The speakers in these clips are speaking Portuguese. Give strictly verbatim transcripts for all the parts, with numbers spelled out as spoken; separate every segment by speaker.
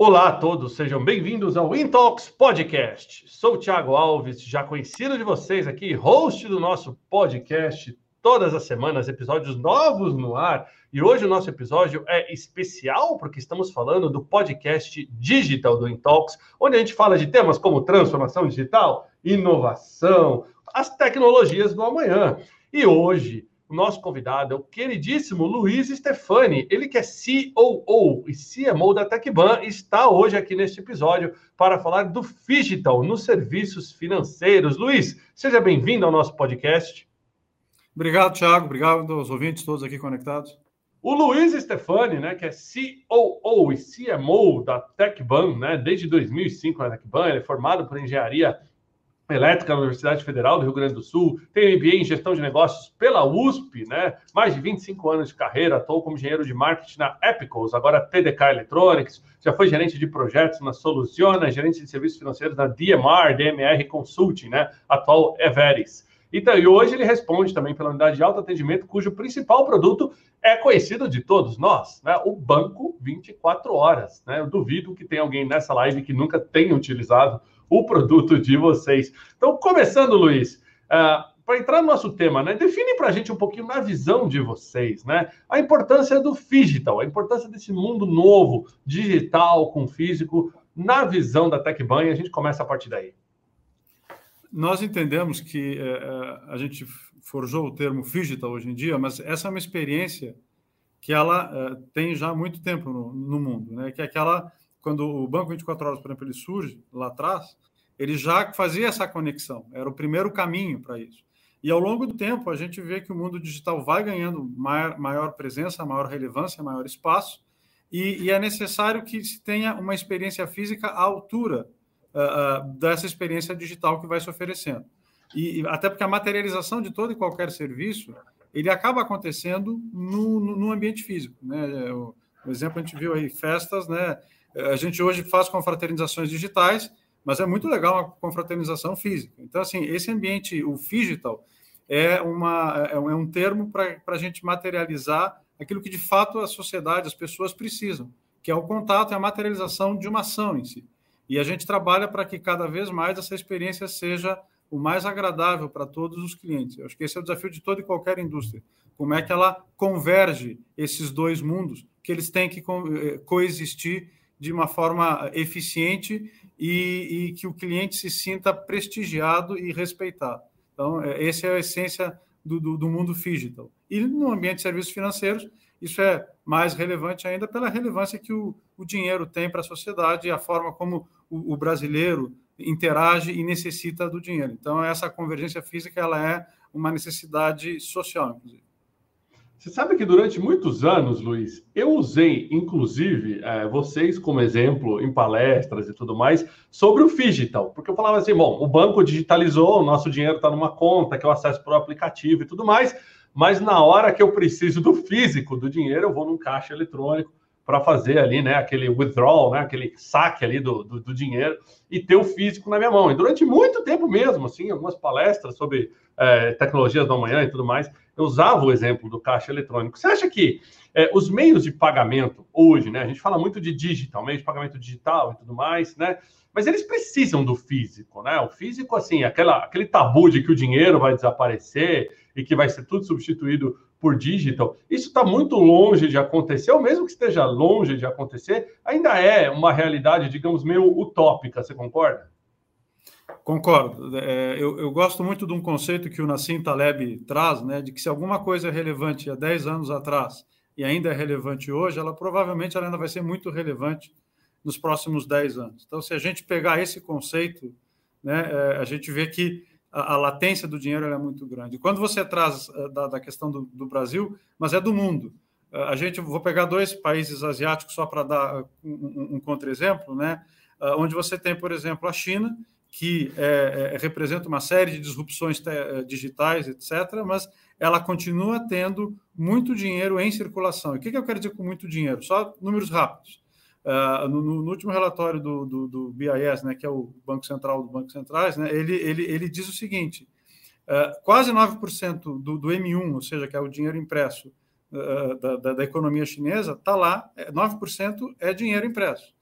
Speaker 1: Olá a todos, sejam bem-vindos ao Intalks Podcast. Sou o Thiago Alves, já conhecido de vocês aqui, host do nosso podcast, todas as semanas, episódios novos no ar. E hoje o nosso episódio é especial, porque estamos falando do podcast digital do Intalks, onde a gente fala de temas como transformação digital, inovação, as tecnologias do amanhã. E hoje o nosso convidado é o queridíssimo Luiz Stefani, ele que é C O O e C M O da TecBan, está hoje aqui neste episódio para falar do Phygital nos serviços financeiros. Luiz, seja bem-vindo ao nosso podcast.
Speaker 2: Obrigado, Thiago. Obrigado aos ouvintes todos aqui conectados.
Speaker 1: O Luiz Stefani, né, que é C O O e C M O da TecBan, né, desde dois mil e cinco na TecBan, ele é formado por engenharia elétrica na Universidade Federal do Rio Grande do Sul, tem M B A em gestão de negócios pela U S P, né? Mais de vinte e cinco anos de carreira, atuou como engenheiro de marketing na Epicos, agora T D K Electronics, já foi gerente de projetos na Soluciona, gerente de serviços financeiros na D M R, D M R Consulting, né? Atual Everis. Então, e hoje ele responde também pela unidade de autoatendimento, cujo principal produto é conhecido de todos nós, né? O Banco vinte e quatro horas, né? Eu duvido que tenha alguém nessa live que nunca tenha utilizado o produto de vocês. Então, começando, Luiz, uh, para entrar no nosso tema, né? Define para a gente um pouquinho na visão de vocês, né? A importância do Phygital, a importância desse mundo novo, digital com físico, na visão da TecBan, e a gente começa a partir daí.
Speaker 2: Nós entendemos que é, a gente forjou o termo Phygital hoje em dia, mas essa é uma experiência que ela é, tem já há muito tempo no, no mundo, né? Que é aquela... Quando o Banco vinte e quatro horas, por exemplo, ele surge lá atrás, ele já fazia essa conexão, era o primeiro caminho para isso. E ao longo do tempo, a gente vê que o mundo digital vai ganhando maior, maior presença, maior relevância, maior espaço, e, e é necessário que se tenha uma experiência física à altura uh, uh, dessa experiência digital que vai se oferecendo. E, e até porque a materialização de todo e qualquer serviço, ele acaba acontecendo no, no, no ambiente físico, né? O, o exemplo, a gente viu aí festas, né? A gente hoje faz confraternizações digitais, mas é muito legal uma confraternização física. Então, assim, esse ambiente, o Phygital, é, uma, é um termo para a gente materializar aquilo que, de fato, a sociedade, as pessoas precisam, que é o contato e a materialização de uma ação em si. E a gente trabalha para que, cada vez mais, essa experiência seja o mais agradável para todos os clientes. Eu acho que esse é o desafio de toda e qualquer indústria. Como é que ela converge esses dois mundos, que eles têm que co- coexistir de uma forma eficiente e, e que o cliente se sinta prestigiado e respeitado. Então, essa é a essência do, do, do mundo Phygital. E no ambiente de serviços financeiros, isso é mais relevante ainda pela relevância que o, o dinheiro tem para a sociedade e a forma como o, o brasileiro interage e necessita do dinheiro. Então, essa convergência física ela é uma necessidade social, inclusive.
Speaker 1: Você sabe que durante muitos anos, Luiz, eu usei, inclusive, é, vocês como exemplo em palestras e tudo mais, sobre o Phygital, porque eu falava assim, bom, o banco digitalizou, o nosso dinheiro está numa conta, que eu acesso por aplicativo e tudo mais, mas na hora que eu preciso do físico do dinheiro, eu vou num caixa eletrônico para fazer ali, né, aquele withdrawal, né, aquele saque ali do, do, do dinheiro e ter o físico na minha mão. E durante muito tempo mesmo, assim, algumas palestras sobre é, tecnologias do amanhã e tudo mais, eu usava o exemplo do caixa eletrônico. Você acha que é, os meios de pagamento hoje, né, a gente fala muito de digital, meio de pagamento digital e tudo mais, né, mas eles precisam do físico, né? O físico, assim, aquela, aquele tabu de que o dinheiro vai desaparecer e que vai ser tudo substituído por digital, isso está muito longe de acontecer, ou mesmo que esteja longe de acontecer, ainda é uma realidade, digamos, meio utópica, você concorda?
Speaker 2: Concordo. É, eu, eu gosto muito de um conceito que o Nassim Taleb traz, né, de que se alguma coisa é relevante há dez anos atrás e ainda é relevante hoje, ela provavelmente ela ainda vai ser muito relevante nos próximos dez anos. Então, se a gente pegar esse conceito, né, é, a gente vê que a, a latência do dinheiro ela é muito grande. Quando você traz é, da, da questão do, do Brasil, mas é do mundo. A gente, vou pegar dois países asiáticos só para dar um, um, um contra-exemplo, né, onde você tem, por exemplo, a China, que é, é, representa uma série de disrupções te, digitais, etcétera, mas ela continua tendo muito dinheiro em circulação. E o que, que eu quero dizer com muito dinheiro? Só números rápidos. Uh, no, no último relatório do, do, do B I S, né, que é o Banco Central dos Bancos Centrais, né, ele, ele, ele diz o seguinte, uh, quase nove por cento do, do M um, ou seja, que é o dinheiro impresso uh, da, da, da economia chinesa, está lá, nove por cento é dinheiro impresso.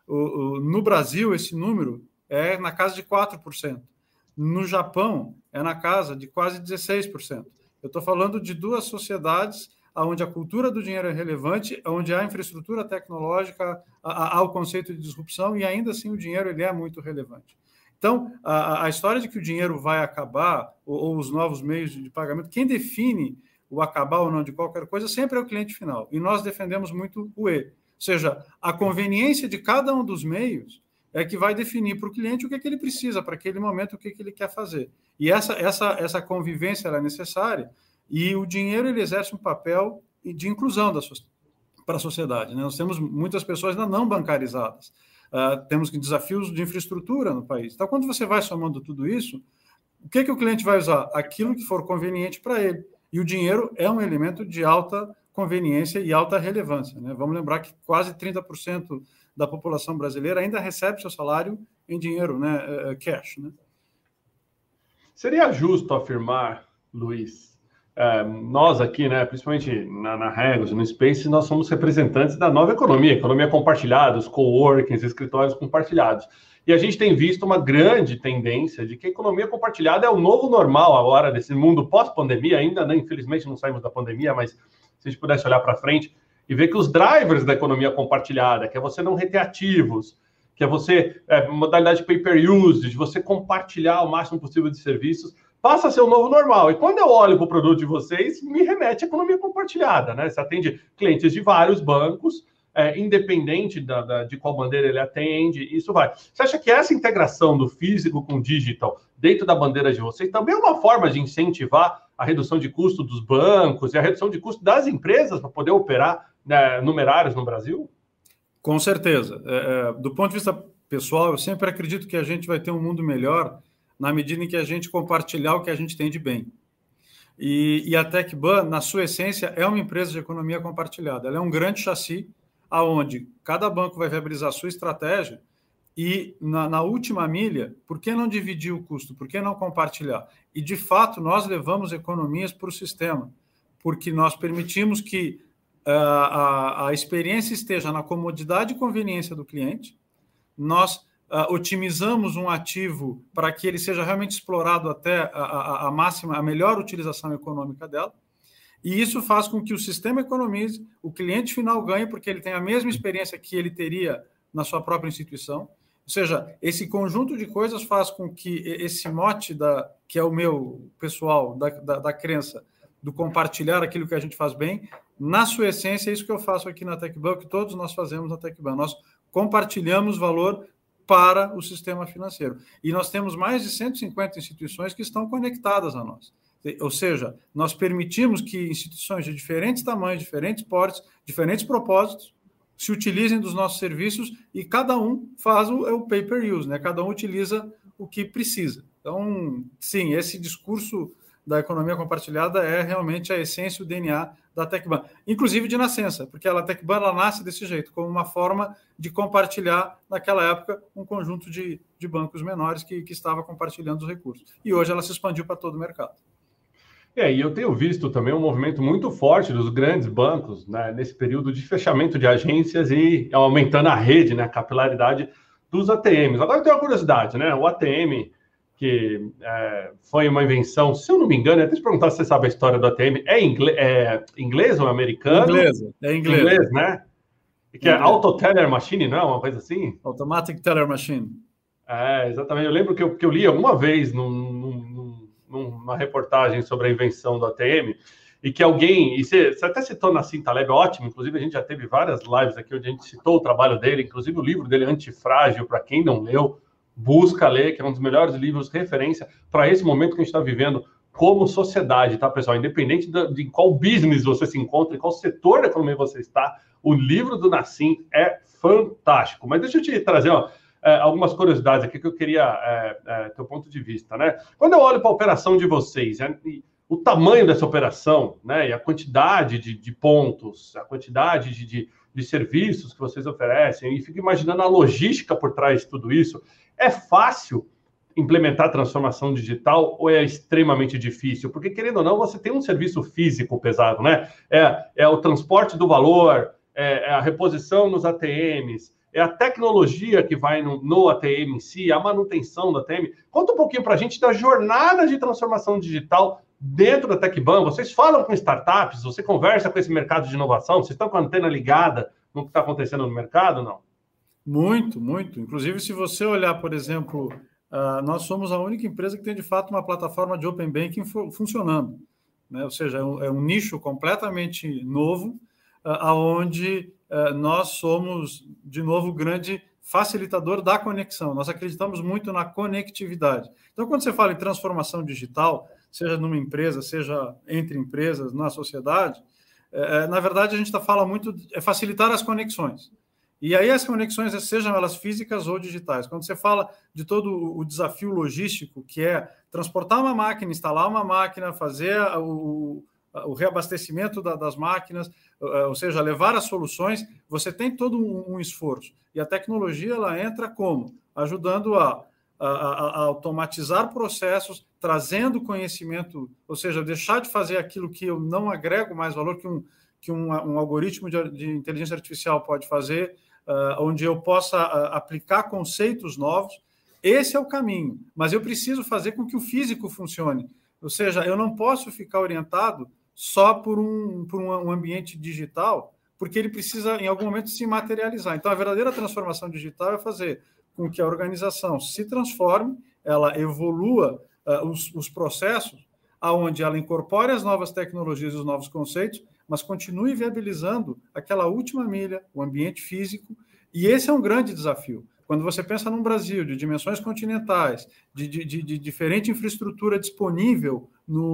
Speaker 2: O, o, no Brasil, esse número é na casa de quatro por cento. No Japão, é na casa de quase dezesseis por cento. Eu estou falando de duas sociedades onde a cultura do dinheiro é relevante, onde há infraestrutura tecnológica, há, há o conceito de disrupção, e ainda assim o dinheiro ele é muito relevante. Então, a, a história de que o dinheiro vai acabar, ou, ou os novos meios de pagamento, quem define o acabar ou não de qualquer coisa sempre é o cliente final. E nós defendemos muito o E. Ou seja, a conveniência de cada um dos meios é que vai definir para o cliente o que, é que ele precisa, para aquele momento, o que, é que ele quer fazer. E essa, essa, essa convivência ela é necessária, e o dinheiro ele exerce um papel de inclusão da so- para a sociedade. Né? Nós temos muitas pessoas ainda não bancarizadas. Uh, temos desafios de infraestrutura no país. Então, quando você vai somando tudo isso, o que, é que o cliente vai usar? Aquilo que for conveniente para ele. E o dinheiro é um elemento de alta conveniência e alta relevância. Né? Vamos lembrar que quase trinta por cento da população brasileira ainda recebe seu salário em dinheiro, né? uh, cash. Né?
Speaker 1: Seria justo afirmar, Luiz, é, nós aqui, né, principalmente na, na Regus, no Space, nós somos representantes da nova economia, economia compartilhada, os coworkings, escritórios compartilhados. E a gente tem visto uma grande tendência de que a economia compartilhada é o novo normal agora, desse mundo pós-pandemia, ainda, né, infelizmente não saímos da pandemia, mas se a gente pudesse olhar para frente e ver que os drivers da economia compartilhada, que é você não reter ativos, que é você, é, modalidade de pay-per-use, de você compartilhar o máximo possível de serviços, passa a ser o novo normal. E quando eu olho para o produto de vocês, me remete à economia compartilhada, né? Você atende clientes de vários bancos, é, independente da, da, de qual bandeira ele atende, isso vai. Você acha que essa integração do físico com o digital dentro da bandeira de vocês também é uma forma de incentivar a redução de custo dos bancos e a redução de custo das empresas para poder operar, né, numerários no Brasil?
Speaker 2: Com certeza. É, é, do ponto de vista pessoal, eu sempre acredito que a gente vai ter um mundo melhor na medida em que a gente compartilhar o que a gente tem de bem. E, e a TecBan, na sua essência, é uma empresa de economia compartilhada. Ela é um grande chassi, aonde cada banco vai viabilizar a sua estratégia e, na, na última milha, por que não dividir o custo? Por que não compartilhar? E, de fato, nós levamos economias para o sistema, porque nós permitimos que uh, a, a experiência esteja na comodidade e conveniência do cliente, nós Uh, otimizamos um ativo para que ele seja realmente explorado até a, a, a máxima, a melhor utilização econômica dela, e isso faz com que o sistema economize, o cliente final ganhe, porque ele tem a mesma experiência que ele teria na sua própria instituição. Ou seja, esse conjunto de coisas faz com que esse mote, da, que é o meu pessoal, da, da, da crença, do compartilhar aquilo que a gente faz bem, na sua essência, é isso que eu faço aqui na TecBan, que todos nós fazemos na TecBan. Nós compartilhamos valor para o sistema financeiro. E nós temos mais de cento e cinquenta instituições que estão conectadas a nós. Ou seja, nós permitimos que instituições de diferentes tamanhos, diferentes portes, diferentes propósitos, se utilizem dos nossos serviços e cada um faz o, o pay-per-use, né? Cada um utiliza o que precisa. Então, sim, esse discurso da economia compartilhada é realmente a essência, o D N A da TecBan, inclusive de nascença, porque a TecBan ela nasce desse jeito, como uma forma de compartilhar, naquela época, um conjunto de, de bancos menores que, que estava compartilhando os recursos. E hoje ela se expandiu para todo o mercado.
Speaker 1: É, e eu tenho visto também um movimento muito forte dos grandes bancos, né, nesse período de fechamento de agências e aumentando a rede, né, a capilaridade dos A T Ms. Agora eu tenho uma curiosidade, né? O A T M, que é, foi uma invenção, se eu não me engano, até te perguntar se você sabe a história do A T M, é, inglês, é inglês ou americano?
Speaker 2: Inglês, é inglês.
Speaker 1: Inglês, né? Que é Auto Teller Machine, não é uma coisa assim?
Speaker 2: Automatic Teller Machine.
Speaker 1: É, exatamente. Eu lembro que eu, que eu li alguma vez num, num, numa reportagem sobre a invenção do A T M, e que alguém, e você, você até citou Nassim Taleb, ótimo, inclusive a gente já teve várias lives aqui onde a gente citou o trabalho dele, inclusive o livro dele, Antifrágil, para quem não leu, busca ler, que é um dos melhores livros referência para esse momento que a gente está vivendo como sociedade, tá, pessoal? Independente de, de qual business você se encontra, em qual setor da economia você está, o livro do Nassim é fantástico. Mas deixa eu te trazer ó, é, algumas curiosidades aqui que eu queria é, é, ter o ponto de vista, né? Quando eu olho para a operação de vocês, é, o tamanho dessa operação, né, e a quantidade de, de pontos, a quantidade de, de, de serviços que vocês oferecem, e fico imaginando a logística por trás de tudo isso, é fácil implementar transformação digital ou é extremamente difícil? Porque, querendo ou não, você tem um serviço físico pesado, né? É, é o transporte do valor, é, é a reposição nos A T Ms, É a tecnologia que vai no, no A T M em si, a manutenção do A T M? Conta um pouquinho para a gente da jornada de transformação digital dentro da TecBan. Vocês falam com startups, você conversa com esse mercado de inovação, vocês estão com a antena ligada no que está acontecendo no mercado, não?
Speaker 2: Muito, muito. Inclusive, se você olhar, por exemplo, uh, nós somos a única empresa que tem, de fato, uma plataforma de Open Banking fu- funcionando. Né? Ou seja, é um, é um nicho completamente novo, uh, onde uh, nós somos, de novo, o grande facilitador da conexão. Nós acreditamos muito na conectividade. Então, quando você fala em transformação digital, seja numa empresa, seja entre empresas, na sociedade, uh, na verdade, a gente tá, fala muito, de, é facilitar as conexões. E aí as conexões, sejam elas físicas ou digitais. Quando você fala de todo o desafio logístico, que é transportar uma máquina, instalar uma máquina, fazer o, o reabastecimento da, das máquinas, ou seja, levar as soluções, você tem todo um, um esforço. E a tecnologia, ela entra como? Ajudando a, a, a automatizar processos, trazendo conhecimento, ou seja, deixar de fazer aquilo que eu não agrego mais valor, que um, que um, um algoritmo de, de inteligência artificial pode fazer, Uh, onde eu possa uh, aplicar conceitos novos. Esse é o caminho, mas eu preciso fazer com que o físico funcione. Ou seja, eu não posso ficar orientado só por um, por um ambiente digital, porque ele precisa, em algum momento, se materializar. Então, a verdadeira transformação digital é fazer com que a organização se transforme, ela evolua uh, os, os processos, aonde ela incorpore as novas tecnologias e os novos conceitos, mas continue viabilizando aquela última milha, o ambiente físico, e esse é um grande desafio. Quando você pensa num Brasil de dimensões continentais, de, de, de, de diferente infraestrutura disponível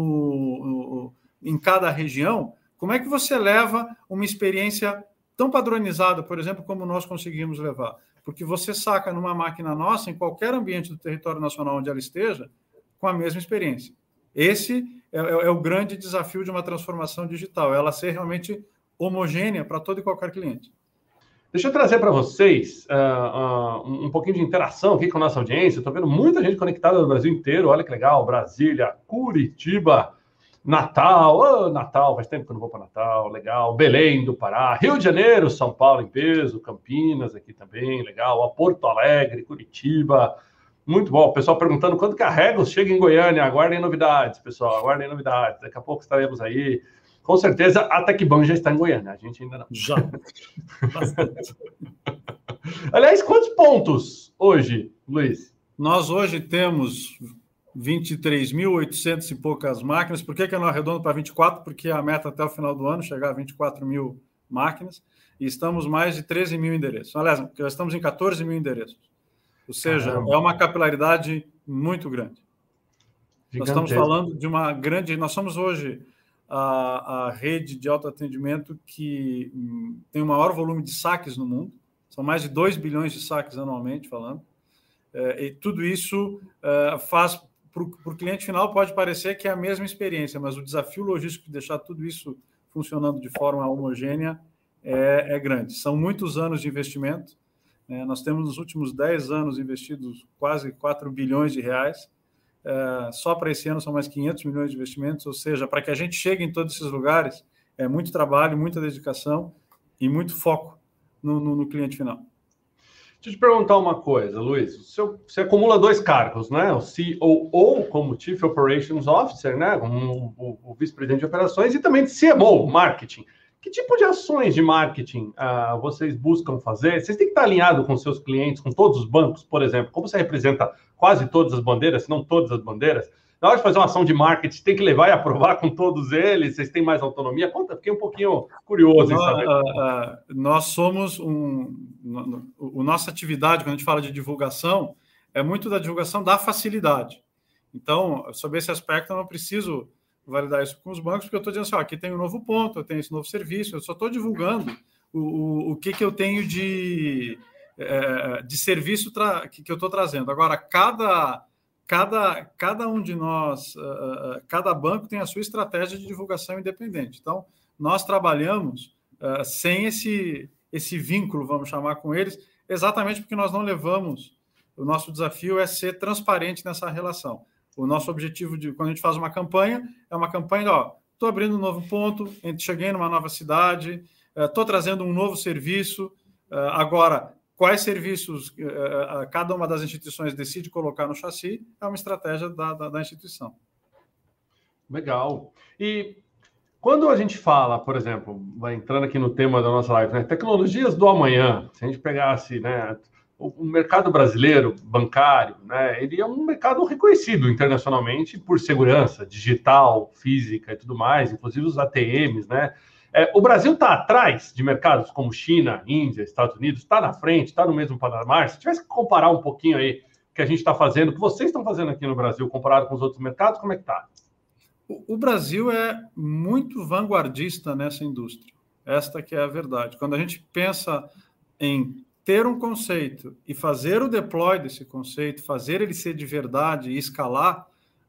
Speaker 2: no, no, em cada região, como é que você leva uma experiência tão padronizada, por exemplo, como nós conseguimos levar? Porque você saca numa máquina nossa, em qualquer ambiente do território nacional onde ela esteja, com a mesma experiência. Esse é, é o grande desafio de uma transformação digital, ela ser realmente homogênea para todo e qualquer cliente.
Speaker 1: Deixa eu trazer para vocês uh, uh, um pouquinho de interação aqui com a nossa audiência. Estou vendo muita gente conectada no Brasil inteiro. Olha que legal. Brasília, Curitiba, Natal. Oh, Natal, faz tempo que eu não vou para Natal. Legal. Belém do Pará, Rio de Janeiro, São Paulo em peso, Campinas aqui também. Legal. Porto Alegre, Curitiba. Muito bom. O pessoal perguntando quando que a Regos chega em Goiânia. Aguardem novidades, pessoal. Aguardem novidades. Daqui a pouco estaremos aí. Com certeza, a TecBan já está em Goiânia. A gente ainda não.
Speaker 2: Já. Bastante.
Speaker 1: Aliás, quantos pontos hoje, Luiz?
Speaker 2: Nós hoje temos vinte e três mil e oitocentas e poucas máquinas. Por que, que eu não arredondo para vinte e quatro? Porque a meta até o final do ano chegar a vinte e quatro mil máquinas. E estamos mais de treze mil endereços. Aliás, já estamos em quatorze mil endereços. Ou seja, Caramba. É uma capilaridade muito grande. Gigantesco. Nós estamos falando de uma grande... Nós somos hoje a, a rede de autoatendimento que hum, tem o maior volume de saques no mundo. São mais de dois bilhões de saques anualmente, falando. É, e tudo isso é, faz... Para o cliente final pode parecer que é a mesma experiência, mas o desafio logístico de deixar tudo isso funcionando de forma homogênea é, é grande. São muitos anos de investimento. É, nós temos, nos últimos dez anos, investidos quase quatro bilhões de reais. É, só para esse ano são mais quinhentos milhões de investimentos, ou seja, para que a gente chegue em todos esses lugares, é muito trabalho, muita dedicação e muito foco no, no, no cliente final.
Speaker 1: Deixa eu te perguntar uma coisa, Luiz. O seu, você acumula dois cargos, né? O C O O como Chief Operations Officer, né? Como o, o vice-presidente de operações, e também de C M O, Marketing. Que tipo de ações de marketing uh, vocês buscam fazer? Vocês têm que estar alinhados com seus clientes, com todos os bancos, por exemplo. Como você representa quase todas as bandeiras, se não todas as bandeiras, na hora de fazer uma ação de marketing, tem que levar e aprovar com todos eles? Vocês têm mais autonomia? Conta, fiquei um pouquinho curioso
Speaker 2: nós,
Speaker 1: em saber.
Speaker 2: Uh, uh, nós somos um... No, no, o, nossa atividade, quando a gente fala de divulgação, é muito da divulgação da facilidade. Então, sobre esse aspecto, eu não preciso validar isso com os bancos, porque eu estou dizendo assim, ó, aqui tem um novo ponto, eu tenho esse novo serviço, eu só estou divulgando o, o, o que, que eu tenho de, é, de serviço tra- que, que eu estou trazendo. Agora, cada, cada, cada um de nós, uh, cada banco tem a sua estratégia de divulgação independente. Então, nós trabalhamos uh, sem esse, esse vínculo, vamos chamar com eles, exatamente porque nós não levamos, o nosso desafio é ser transparente nessa relação. O nosso objetivo, de quando a gente faz uma campanha, é uma campanha, ó, estou abrindo um novo ponto, cheguei numa nova cidade, estou trazendo um novo serviço, agora, quais serviços uh, cada uma das instituições decide colocar no chassi, é uma estratégia da, da, da instituição.
Speaker 1: Legal. E quando a gente fala, por exemplo, vai entrando aqui no tema da nossa live, né, tecnologias do amanhã, se a gente pegasse, né, o, o mercado brasileiro bancário, né, ele é um mercado reconhecido internacionalmente por segurança digital, física e tudo mais, inclusive os A T Ms, né? É, o Brasil está atrás de mercados como China, Índia, Estados Unidos, está na frente, está no mesmo patamar. Se tivesse que comparar um pouquinho aí o que a gente está fazendo, o que vocês estão fazendo aqui no Brasil, comparado com os outros mercados, como é que está?
Speaker 2: O Brasil é muito vanguardista nessa indústria. Esta que é a verdade. Quando a gente pensa em ter um conceito e fazer o deploy desse conceito, fazer ele ser de verdade e escalar,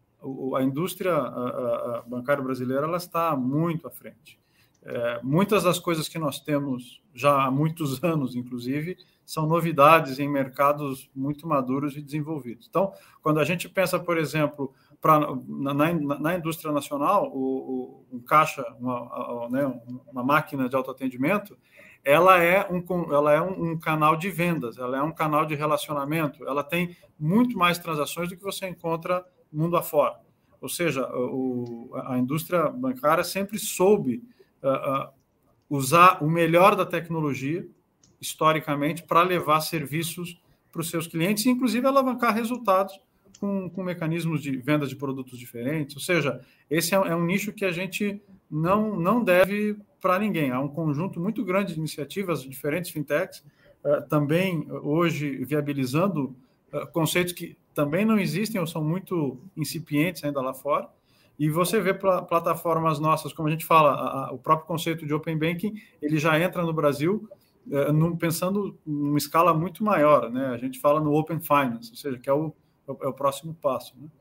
Speaker 2: a indústria a, a bancária brasileira ela está muito à frente. É, muitas das coisas que nós temos já há muitos anos, inclusive, são novidades em mercados muito maduros e desenvolvidos. Então, quando a gente pensa, por exemplo, pra, na, na, na indústria nacional, o, o, um caixa, uma, né, uma máquina de autoatendimento, ela é, um, ela é um, um canal de vendas, ela é um canal de relacionamento, ela tem muito mais transações do que você encontra mundo afora. Ou seja, o, a indústria bancária sempre soube Uh, uh, usar o melhor da tecnologia, historicamente, para levar serviços para os seus clientes e, inclusive, alavancar resultados com, com mecanismos de venda de produtos diferentes. Ou seja, esse é, é um nicho que a gente não, não deve para ninguém. Há um conjunto muito grande de iniciativas, diferentes fintechs, uh, também hoje viabilizando uh, conceitos que também não existem ou são muito incipientes ainda lá fora. E você vê pl- plataformas nossas, como a gente fala, a, a, o próprio conceito de Open Banking, ele já entra no Brasil eh, num, pensando numa escala muito maior, né? A gente fala no Open Finance, ou seja, que é o, é o próximo passo, né?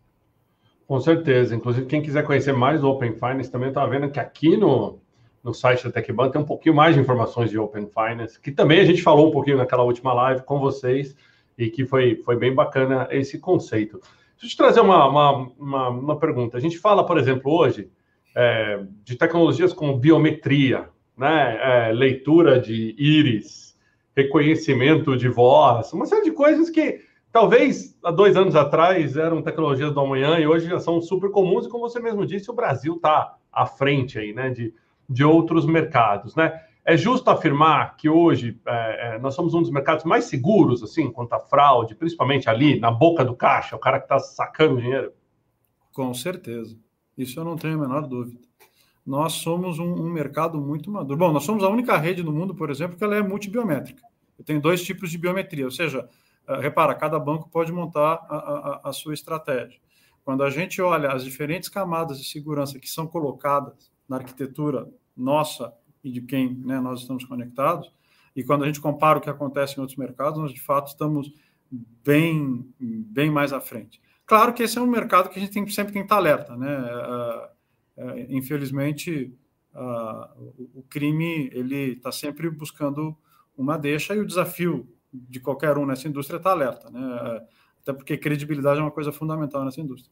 Speaker 1: Com certeza. Inclusive, quem quiser conhecer mais o Open Finance, também está vendo que aqui no, no site da TecBan tem um pouquinho mais de informações de Open Finance, que também a gente falou um pouquinho naquela última live com vocês, e que foi, foi bem bacana esse conceito. Deixa eu te trazer uma, uma, uma, uma pergunta. A gente fala, por exemplo, hoje, é, de tecnologias como biometria, né? É, leitura de íris, reconhecimento de voz, uma série de coisas que talvez há dois anos atrás eram tecnologias do amanhã e hoje já são super comuns, e como você mesmo disse, o Brasil está à frente aí, né, de, de outros mercados, né? É justo afirmar que hoje é, nós somos um dos mercados mais seguros, assim, quanto à fraude, principalmente ali na boca do caixa, o cara que está sacando dinheiro?
Speaker 2: Com certeza. Isso eu não tenho a menor dúvida. Nós somos um, um mercado muito maduro. Bom, nós somos a única rede no mundo, por exemplo, que ela é multibiométrica. Tem dois tipos de biometria, ou seja, uh, repara, cada banco pode montar a, a, a sua estratégia. Quando a gente olha as diferentes camadas de segurança que são colocadas na arquitetura nossa e de quem, né, nós estamos conectados, e quando a gente compara o que acontece em outros mercados, nós, de fato, estamos bem, bem mais à frente. Claro que esse é um mercado que a gente tem, sempre tem que estar alerta, né? Uh, uh, infelizmente, uh, o, o crime ele está sempre buscando uma deixa, e o desafio de qualquer um nessa indústria está alerta, né? Uh, até porque credibilidade é uma coisa fundamental nessa indústria.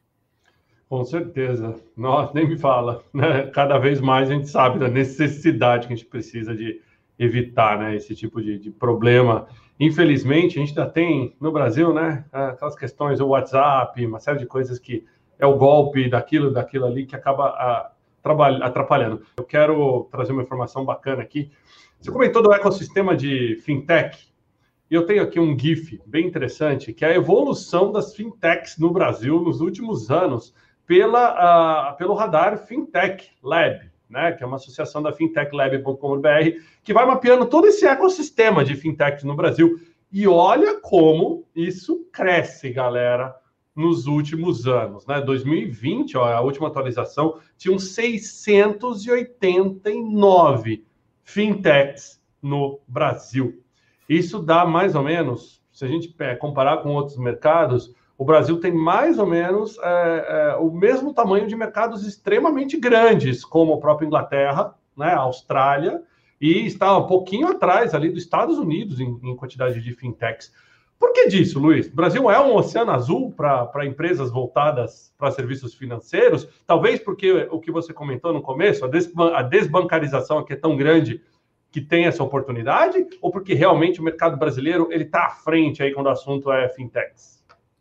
Speaker 1: Com certeza. Nossa, nem me fala, né? Cada vez mais a gente sabe da necessidade que a gente precisa de evitar, né, esse tipo de, de problema. Infelizmente, a gente ainda tem no Brasil, né, aquelas questões, o WhatsApp, uma série de coisas que é o golpe daquilo, daquilo ali, que acaba a, trabalha, atrapalhando. Eu quero trazer uma informação bacana aqui. Você comentou do ecossistema de fintech, e eu tenho aqui um GIF bem interessante, que é a evolução das fintechs no Brasil nos últimos anos, pela, uh, pelo Radar Fintech Lab, né, que é uma associação da fintech lab ponto com ponto b r, que vai mapeando todo esse ecossistema de fintechs no Brasil. E olha como isso cresce, galera, nos últimos anos, né? dois mil e vinte, ó, a última atualização, tinham seiscentos e oitenta e nove fintechs no Brasil. Isso dá mais ou menos, se a gente comparar com outros mercados, o Brasil tem mais ou menos é, é, o mesmo tamanho de mercados extremamente grandes, como a própria Inglaterra, né, a Austrália, e está um pouquinho atrás ali dos Estados Unidos em, em quantidade de fintechs. Por que disso, Luiz? O Brasil é um oceano azul para empresas voltadas para serviços financeiros? Talvez porque o que você comentou no começo, a, desban a desbancarização aqui é tão grande que tem essa oportunidade, ou porque realmente o mercado brasileiro ele está à frente aí quando o assunto é fintechs?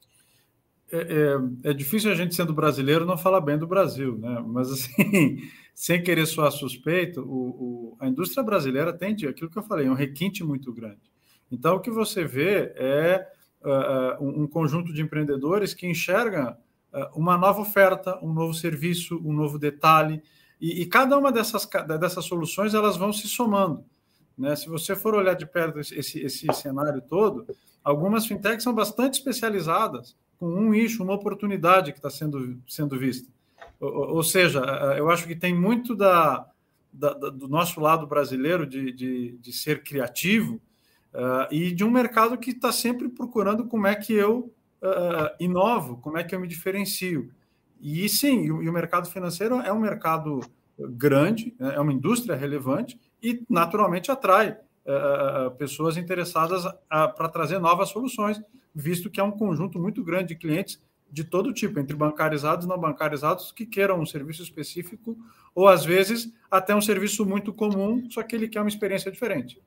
Speaker 2: É, é, é difícil a gente, sendo brasileiro, não falar bem do Brasil, né? Mas, assim, sem querer soar suspeito, o, o, a indústria brasileira tem aquilo que eu falei, um requinte muito grande. Então, o que você vê é uh, um, um conjunto de empreendedores que enxergam uh, uma nova oferta, um novo serviço, um novo detalhe, e, e cada uma dessas, dessas soluções elas vão se somando, né? Se você for olhar de perto esse, esse cenário todo, algumas fintechs são bastante especializadas, com um nicho, uma oportunidade que está sendo, sendo vista. Ou, ou seja, eu acho que tem muito da, da, do nosso lado brasileiro de, de, de ser criativo uh, e de um mercado que está sempre procurando como é que eu uh, inovo, como é que eu me diferencio. E sim, e o mercado financeiro é um mercado grande, é uma indústria relevante e naturalmente atrai uh, pessoas interessadas uh, para trazer novas soluções, visto que é um conjunto muito grande de clientes de todo tipo, entre bancarizados e não bancarizados, que queiram um serviço específico ou, às vezes, até um serviço muito comum, só que ele quer uma experiência diferente.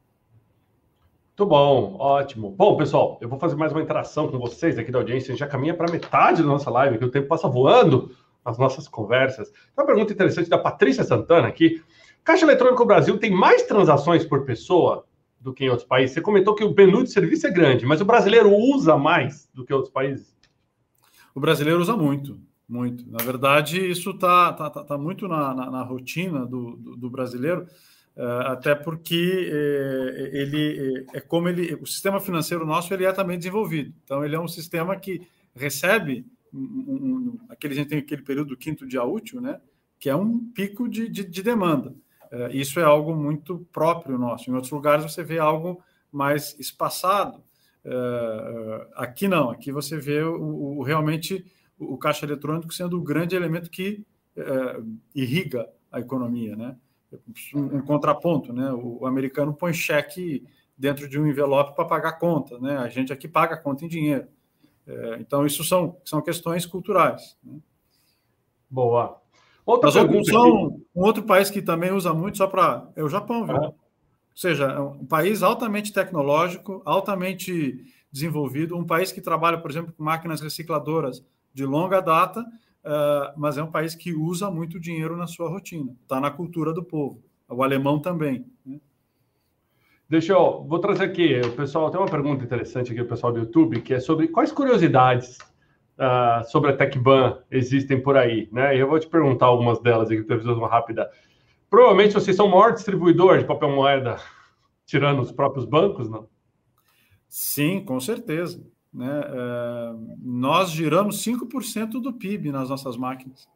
Speaker 1: Muito bom, ótimo. Bom, pessoal, eu vou fazer mais uma interação com vocês aqui da audiência. A gente já caminha para metade da nossa live, que o tempo passa voando nas nossas conversas. Uma pergunta interessante da Patrícia Santana aqui. Caixa Eletrônico Brasil tem mais transações por pessoa do que em outros países? Você comentou que o menu de serviço é grande, mas o brasileiro usa mais do que outros países?
Speaker 2: O brasileiro usa muito, muito. Na verdade, isso está tá, tá, tá muito na, na, na rotina do, do, do brasileiro, Uh, até porque eh, ele é como ele, o sistema financeiro nosso ele é também desenvolvido. Então ele é um sistema que recebe um, um, aquele a gente tem aquele período do quinto dia útil, né? Que é um pico de, de, de demanda. Uh, isso é algo muito próprio nosso. Em outros lugares você vê algo mais espaçado. Uh, aqui não. Aqui você vê o, o realmente o, o caixa eletrônico sendo o grande elemento que uh, irriga a economia, né? Um, um contraponto, né? O, o americano põe cheque dentro de um envelope para pagar a conta, né? A gente aqui paga a conta em dinheiro. É, então, isso são, são questões culturais, né?
Speaker 1: Boa. Outra
Speaker 2: Mas
Speaker 1: pergunta
Speaker 2: são,
Speaker 1: aqui.
Speaker 2: Um outro país que também usa muito, só para... É o Japão, viu?
Speaker 1: Ah.
Speaker 2: Ou seja, é um país altamente tecnológico, altamente desenvolvido, um país que trabalha, por exemplo, com máquinas recicladoras de longa data, Uh, mas é um país que usa muito dinheiro na sua rotina. Está na cultura do povo. O alemão também, né?
Speaker 1: Deixa eu... Vou trazer aqui. O pessoal tem uma pergunta interessante aqui, o pessoal do YouTube, que é sobre quais curiosidades uh, sobre a TecBan existem por aí, né? E eu vou te perguntar algumas delas aqui, para uma rápida. Provavelmente vocês são o maior distribuidor de papel moeda, tirando os próprios bancos, não?
Speaker 2: Sim, com certeza. Né? Uh, nós giramos cinco por cento do P I B nas nossas máquinas.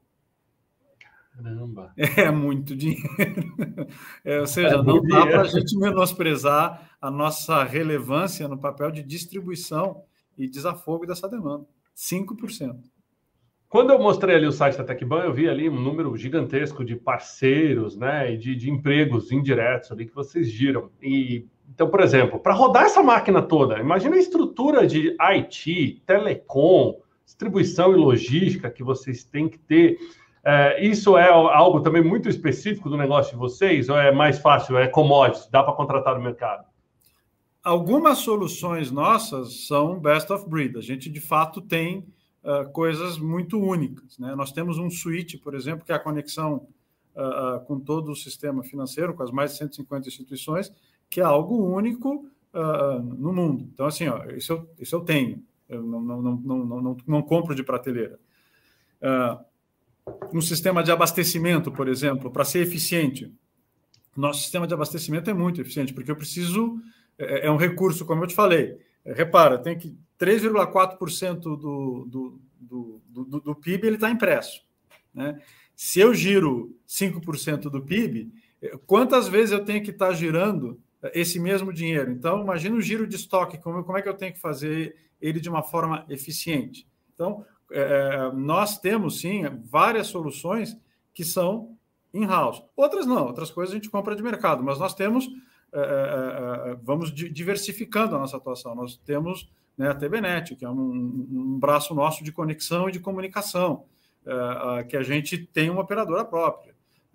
Speaker 1: Caramba!
Speaker 2: É muito dinheiro. É, ou seja, é não dá para a gente menosprezar a nossa relevância no papel de distribuição e desafogo dessa demanda. cinco por cento.
Speaker 1: Quando eu mostrei ali o site da TecBan, eu vi ali um número gigantesco de parceiros, né, e de, de empregos indiretos ali que vocês giram. E então, por exemplo, para rodar essa máquina toda, imagina a estrutura de I T, telecom, distribuição e logística que vocês têm que ter. É, isso é algo também muito específico do negócio de vocês? Ou é mais fácil, é commodities, dá para contratar no mercado?
Speaker 2: Algumas soluções nossas são best of breed. A gente, de fato, tem uh, coisas muito únicas, né? Nós temos um switch, por exemplo, que é a conexão uh, uh, com todo o sistema financeiro, com as mais de cento e cinquenta instituições, que é algo único uh, no mundo. Então, assim, ó, isso, eu, isso eu tenho. Eu não, não, não, não, não, não compro de prateleira. Uh, um sistema de abastecimento, por exemplo, para ser eficiente. Nosso sistema de abastecimento é muito eficiente, porque eu preciso... É, é um recurso, como eu te falei. É, repara, tem que três vírgula quatro por cento do, do, do, do, do P I B ele está impresso, né? Se eu giro cinco por cento do P I B, quantas vezes eu tenho que estar girando esse mesmo dinheiro? Então, imagina o giro de estoque, como, como é que eu tenho que fazer ele de uma forma eficiente? Então, é, nós temos, sim, várias soluções que são in-house. Outras não, outras coisas a gente compra de mercado, mas nós temos, é, é, vamos diversificando a nossa atuação. Nós temos, né, a T B Net, que é um, um braço nosso de conexão e de comunicação, é, que a gente tem uma operadora própria.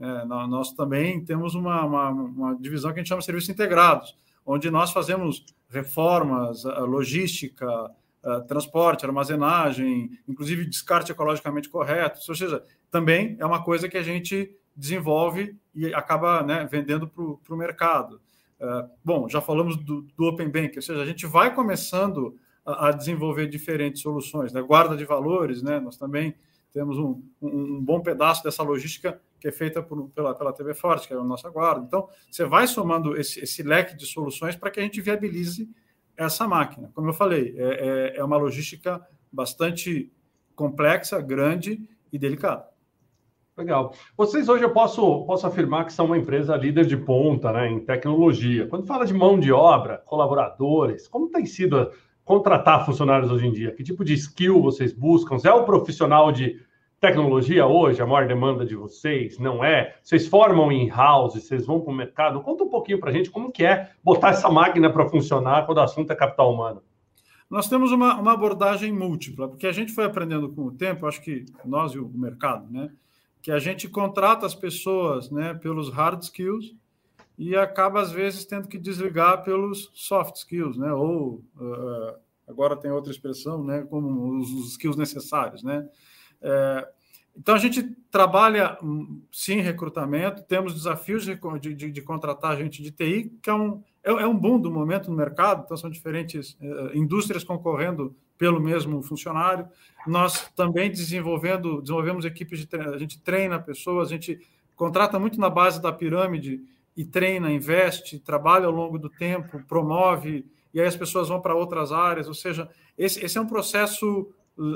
Speaker 2: É, nós também temos uma, uma, uma divisão que a gente chama de serviços integrados, onde nós fazemos reformas, logística, transporte, armazenagem, inclusive descarte ecologicamente correto, ou seja, também é uma coisa que a gente desenvolve e acaba, né, vendendo para o mercado. Uh, bom, já falamos do, do Open Bank, ou seja, a gente vai começando a, a desenvolver diferentes soluções, né? Guarda de valores, né? Nós também temos um, um, um bom pedaço dessa logística que é feita por, pela, pela T V Forte, que é a nossa guarda. Então, você vai somando esse, esse leque de soluções para que a gente viabilize essa máquina. Como eu falei, é, é, é uma logística bastante complexa, grande e delicada.
Speaker 1: Legal. Vocês hoje eu posso, posso afirmar que são uma empresa líder de ponta, né, em tecnologia. Quando fala de mão de obra, colaboradores, como tem sido contratar funcionários hoje em dia? Que tipo de skill vocês buscam? É o profissional de tecnologia hoje, a maior demanda de vocês? Não é? Vocês formam in-house, vocês vão para o mercado? Conta um pouquinho para a gente como que é botar essa máquina para funcionar quando o assunto é capital humano.
Speaker 2: Nós temos uma, uma abordagem múltipla, porque a gente foi aprendendo com o tempo, acho que nós e o mercado, né? Que a gente contrata as pessoas, né, pelos hard skills e acaba, às vezes, tendo que desligar pelos soft skills, né, ou, uh, agora tem outra expressão, né, como os, os skills necessários, né. É, então, a gente trabalha, sim, recrutamento, temos desafios de, de, de contratar gente de T I, que é um, é, é um boom do momento no mercado, então são diferentes uh, indústrias concorrendo pelo mesmo funcionário. Nós também desenvolvendo, desenvolvemos equipes de treino, a gente treina pessoas, a gente contrata muito na base da pirâmide e treina, investe, trabalha ao longo do tempo, promove, e aí as pessoas vão para outras áreas, ou seja, esse, esse é um processo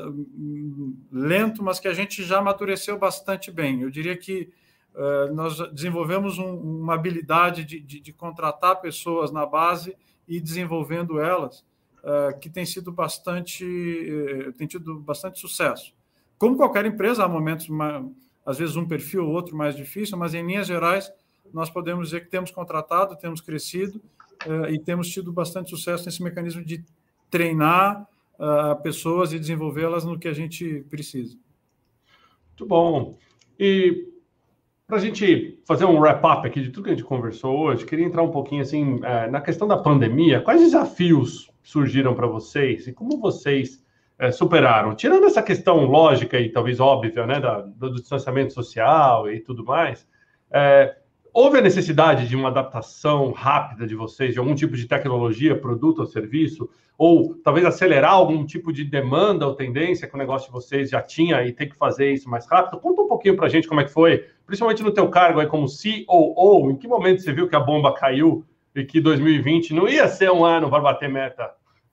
Speaker 2: lento, mas que a gente já amadureceu bastante bem. Eu diria que uh, nós desenvolvemos um, uma habilidade de, de, de contratar pessoas na base e desenvolvendo elas, Uh, que tem sido bastante, uh, tem tido bastante sucesso. Como qualquer empresa, há momentos, mais, às vezes um perfil ou outro mais difícil, mas em linhas gerais, nós podemos dizer que temos contratado, temos crescido uh, e temos tido bastante sucesso nesse mecanismo de treinar uh, pessoas e desenvolvê-las no que a gente precisa.
Speaker 1: Muito bom. E para a gente fazer um wrap-up aqui de tudo que a gente conversou hoje, queria entrar um pouquinho assim na questão da pandemia. Quais desafios surgiram para vocês e como vocês é, superaram? Tirando essa questão lógica e talvez óbvia, né, da, do distanciamento social e tudo mais, é, houve a necessidade de uma adaptação rápida de vocês, de algum tipo de tecnologia, produto ou serviço, ou talvez acelerar algum tipo de demanda ou tendência que o negócio de vocês já tinha e ter que fazer isso mais rápido? Conta um pouquinho para a gente como é que foi, principalmente no teu cargo aí como C O O, em que momento você viu que a bomba caiu e que dois mil e vinte não ia ser um ano para bater meta?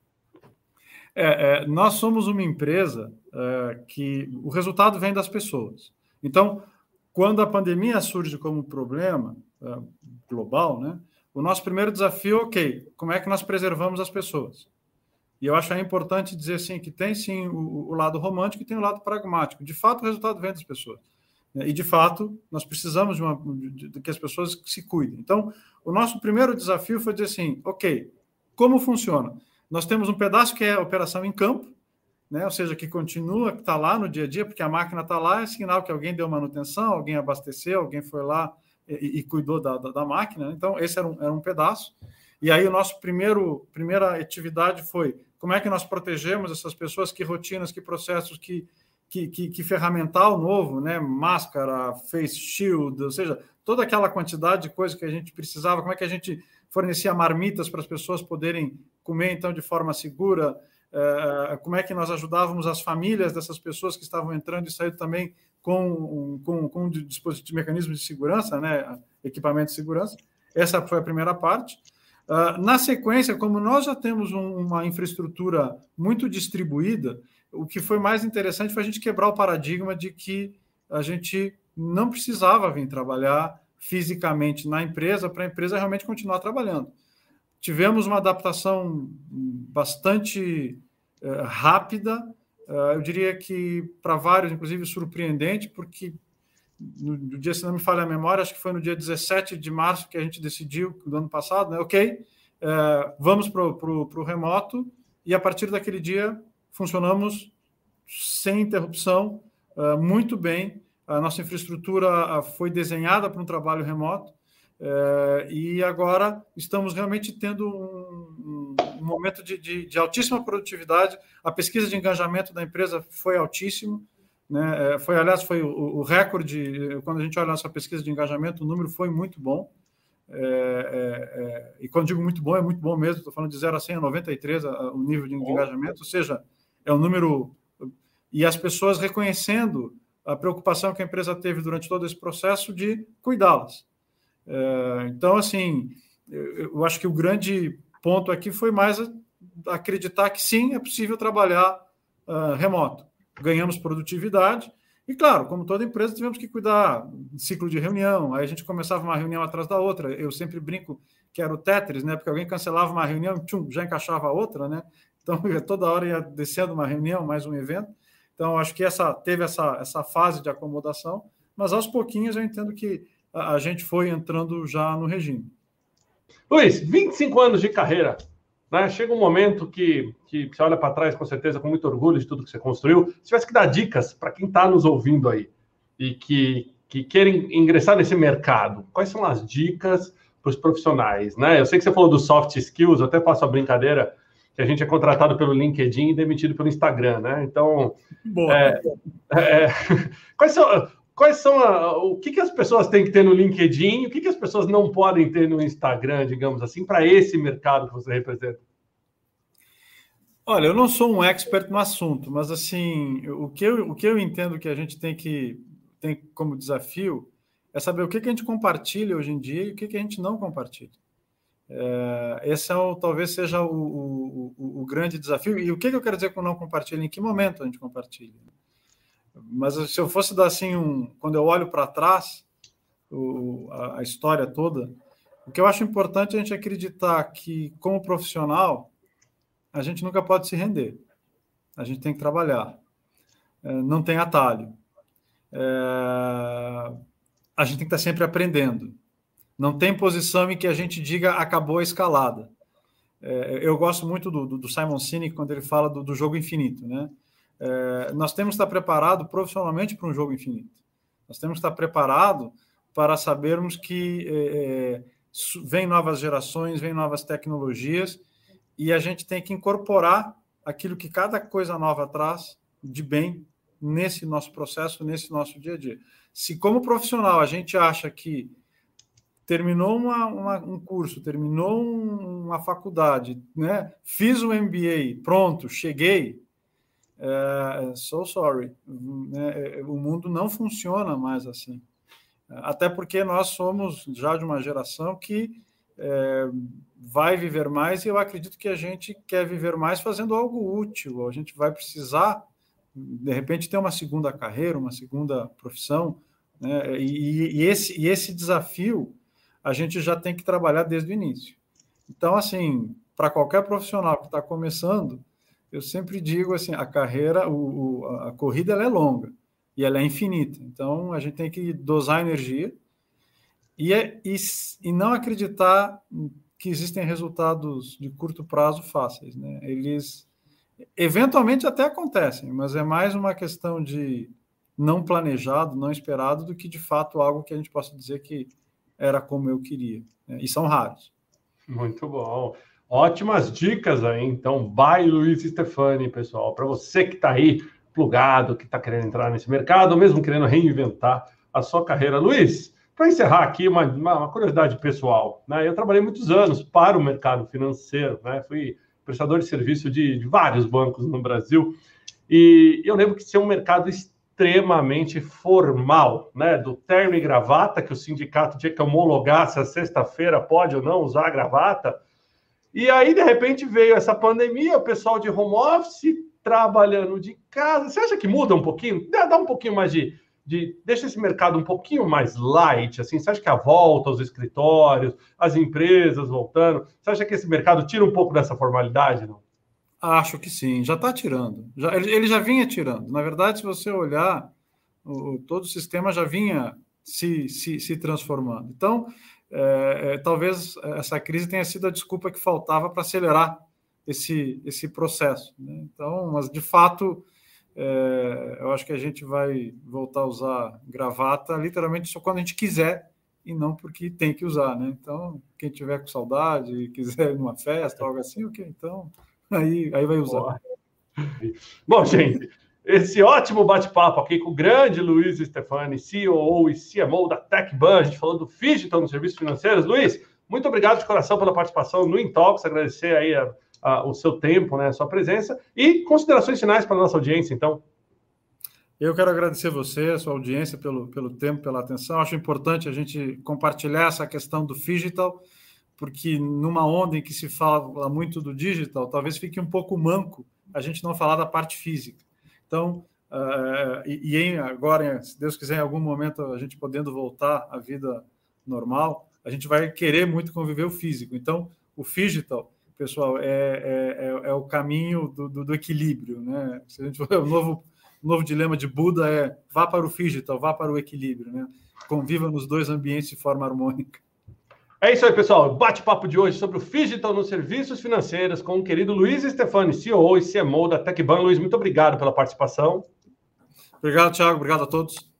Speaker 2: É, é, nós somos uma empresa é, que o resultado vem das pessoas. Então, quando a pandemia surge como problema é, global, né, o nosso primeiro desafio, ok, como é que nós preservamos as pessoas? E eu acho é importante dizer assim, que tem sim o, o lado romântico e tem o lado pragmático. De fato, o resultado vem das pessoas. E, de fato, nós precisamos de, uma, de, de que as pessoas se cuidem. Então, o nosso primeiro desafio foi dizer assim, ok, como funciona? Nós temos um pedaço que é a operação em campo, né? Ou seja, que continua, que está lá no dia a dia, porque a máquina está lá, é sinal que alguém deu manutenção, alguém abasteceu, alguém foi lá e, e cuidou da, da, da máquina. Então, esse era um, era um pedaço. E aí, o nosso primeiro, primeira atividade foi como é que nós protegemos essas pessoas, que rotinas, que processos, que, que, que, que ferramental novo, né? Máscara, face shield, ou seja, toda aquela quantidade de coisas que a gente precisava, como é que a gente fornecia marmitas para as pessoas poderem comer, então, de forma segura, uh, como é que nós ajudávamos as famílias dessas pessoas que estavam entrando e saindo também com, com, com um dispositivo, mecanismo de segurança, né, equipamento de segurança. Essa foi a primeira parte. Uh, na sequência, como nós já temos um, uma infraestrutura muito distribuída, o que foi mais interessante foi a gente quebrar o paradigma de que a gente não precisava vir trabalhar fisicamente na empresa para a empresa realmente continuar trabalhando. Tivemos uma adaptação bastante uh, rápida, uh, eu diria que para vários, inclusive, surpreendente, porque no, no dia, se não me falha a memória, acho que foi no dia dezessete de março que a gente decidiu, do ano passado, né? Ok, uh, vamos para o remoto, e a partir daquele dia funcionamos sem interrupção, uh, muito bem. a nossa infraestrutura foi desenhada para um trabalho remoto, é, e agora estamos realmente tendo um, um momento de, de, de altíssima produtividade. A pesquisa de engajamento da empresa foi altíssimo, né? Foi, aliás, foi o, o recorde. Quando a gente olha a nossa pesquisa de engajamento, o número foi muito bom. É, é, é, e quando digo muito bom, é muito bom mesmo. Estou falando de zero a cem, a noventa e três, a, o nível de, de engajamento, ou seja, é um número... E as pessoas reconhecendo a preocupação que a empresa teve durante todo esse processo de cuidá-las. É, então, assim, eu, eu acho que o grande ponto aqui foi mais acreditar que sim, é possível trabalhar uh, remoto. Ganhamos produtividade e, claro, como toda empresa, tivemos que cuidar do ciclo de reunião. Aí a gente começava uma reunião atrás da outra. Eu sempre brinco que era o Tetris, né? Porque alguém cancelava uma reunião, tchum, já encaixava a outra, né? Então, toda hora ia descendo uma reunião, mais um evento. Então, acho que essa, teve essa, essa fase de acomodação, mas aos pouquinhos eu entendo que a, a gente foi entrando já no regime.
Speaker 1: Luiz, vinte e cinco anos de carreira, né? Chega um momento que, que você olha para trás, com certeza, com muito orgulho de tudo que você construiu. Se tivesse que dar dicas para quem está nos ouvindo aí e que, que querem ingressar nesse mercado, quais são as dicas para os profissionais, né? Eu sei que você falou dos soft skills, eu até faço a brincadeira que a gente é contratado pelo LinkedIn e demitido pelo Instagram, né? Então,
Speaker 2: Boa.
Speaker 1: É, é, quais são, quais são a, o que, que as pessoas têm que ter no LinkedIn, o que, que as pessoas não podem ter no Instagram, digamos assim, para esse mercado que você representa?
Speaker 2: Olha, eu não sou um expert no assunto, mas assim, o que eu, o que eu entendo que a gente tem que tem como desafio é saber o que, que a gente compartilha hoje em dia e o que, que a gente não compartilha. É, esse é o, talvez seja o, o, o, o grande desafio. E o que, que eu quero dizer com não compartilha? Em que momento a gente compartilha? Mas se eu fosse dar assim um... Quando eu olho para trás, o, a, a história toda, o que eu acho importante é a gente acreditar que, como profissional, a gente nunca pode se render. A gente tem que trabalhar. É, não tem atalho. É, a gente tem que estar sempre aprendendo. Não tem posição em que a gente diga acabou a escalada. É, eu gosto muito do, do Simon Sinek quando ele fala do, do jogo infinito, né? É, nós temos que estar preparados profissionalmente para um jogo infinito. Nós temos que estar preparados para sabermos que é, vem novas gerações, vem novas tecnologias e a gente tem que incorporar aquilo que cada coisa nova traz de bem nesse nosso processo, nesse nosso dia a dia. Se como profissional a gente acha que terminou uma, uma, um curso, terminou um, uma faculdade, né? Fiz um M B A, pronto, cheguei, é, so sorry, né? O mundo não funciona mais assim. Até porque nós somos já de uma geração que é, vai viver mais e eu acredito que a gente quer viver mais fazendo algo útil. A gente vai precisar, de repente, ter uma segunda carreira, uma segunda profissão, né? e, e, esse, e esse desafio a gente já tem que trabalhar desde o início. Então, assim, para qualquer profissional que está começando, eu sempre digo assim, a carreira, o, o, a corrida ela é longa e ela é infinita. Então, a gente tem que dosar a energia e, é, e, e não acreditar que existem resultados de curto prazo fáceis, né? Eles eventualmente até acontecem, mas é mais uma questão de não planejado, não esperado, do que de fato algo que a gente possa dizer que era como eu queria, né? E são raros.
Speaker 1: Muito bom. Ótimas dicas aí, então, by Luiz Stefani, pessoal, para você que está aí plugado, que está querendo entrar nesse mercado, ou mesmo querendo reinventar a sua carreira. Luiz, para encerrar aqui, uma, uma curiosidade pessoal, né? Eu trabalhei muitos anos para o mercado financeiro, né? Fui prestador de serviço de, de vários bancos no Brasil, e eu lembro que tinha um mercado extremamente formal, né? Do terno e gravata, que o sindicato tinha que homologar se a sexta-feira pode ou não usar a gravata. E aí, de repente, veio essa pandemia, o pessoal de home office trabalhando de casa. Você acha que muda um pouquinho? Dá, dá um pouquinho mais de, de... Deixa esse mercado um pouquinho mais light, assim? Você acha que a volta aos escritórios, as empresas voltando, você acha que esse mercado tira um pouco dessa formalidade, não?
Speaker 2: Acho que sim, já está tirando. Já, ele, ele já vinha tirando. Na verdade, se você olhar, o, todo o sistema já vinha se, se, se transformando. Então, é, é, talvez essa crise tenha sido a desculpa que faltava para acelerar esse, esse processo, né? Então, mas de fato, é, eu acho que a gente vai voltar a usar gravata literalmente só quando a gente quiser e não porque tem que usar, né? Então, quem tiver com saudade, quiser ir numa festa, algo assim, ok, então aí, aí vai usar.
Speaker 1: Boa. Bom, gente, esse ótimo bate-papo aqui com o grande Luiz Stefani, C E O e C M O da TecBan, a gente falou do Phygital nos serviços financeiros. Luiz, muito obrigado de coração pela participação no Intalks, agradecer aí a, a, o seu tempo, né, a sua presença, e considerações finais para a nossa audiência, então.
Speaker 2: Eu quero agradecer você, a sua audiência, pelo, pelo tempo, pela atenção. Acho importante a gente compartilhar essa questão do Phygital, porque numa onda em que se fala muito do digital, talvez fique um pouco manco a gente não falar da parte física. Então, uh, e, e em, agora, se Deus quiser, em algum momento, a gente podendo voltar à vida normal, a gente vai querer muito conviver o físico. Então, o Phygital, pessoal, é, é, é, é o caminho do, do, do equilíbrio, né? Se a gente for, o novo, o novo dilema de Buda é vá para o Phygital, vá para o equilíbrio, né? Conviva nos dois ambientes de forma harmônica.
Speaker 1: É isso aí, pessoal. Bate-papo de hoje sobre o Phygital nos serviços financeiros com o querido Luiz Stefani, C E O e C M O da TecBan. Luiz, muito obrigado pela participação.
Speaker 2: Obrigado, Thiago. Obrigado a todos.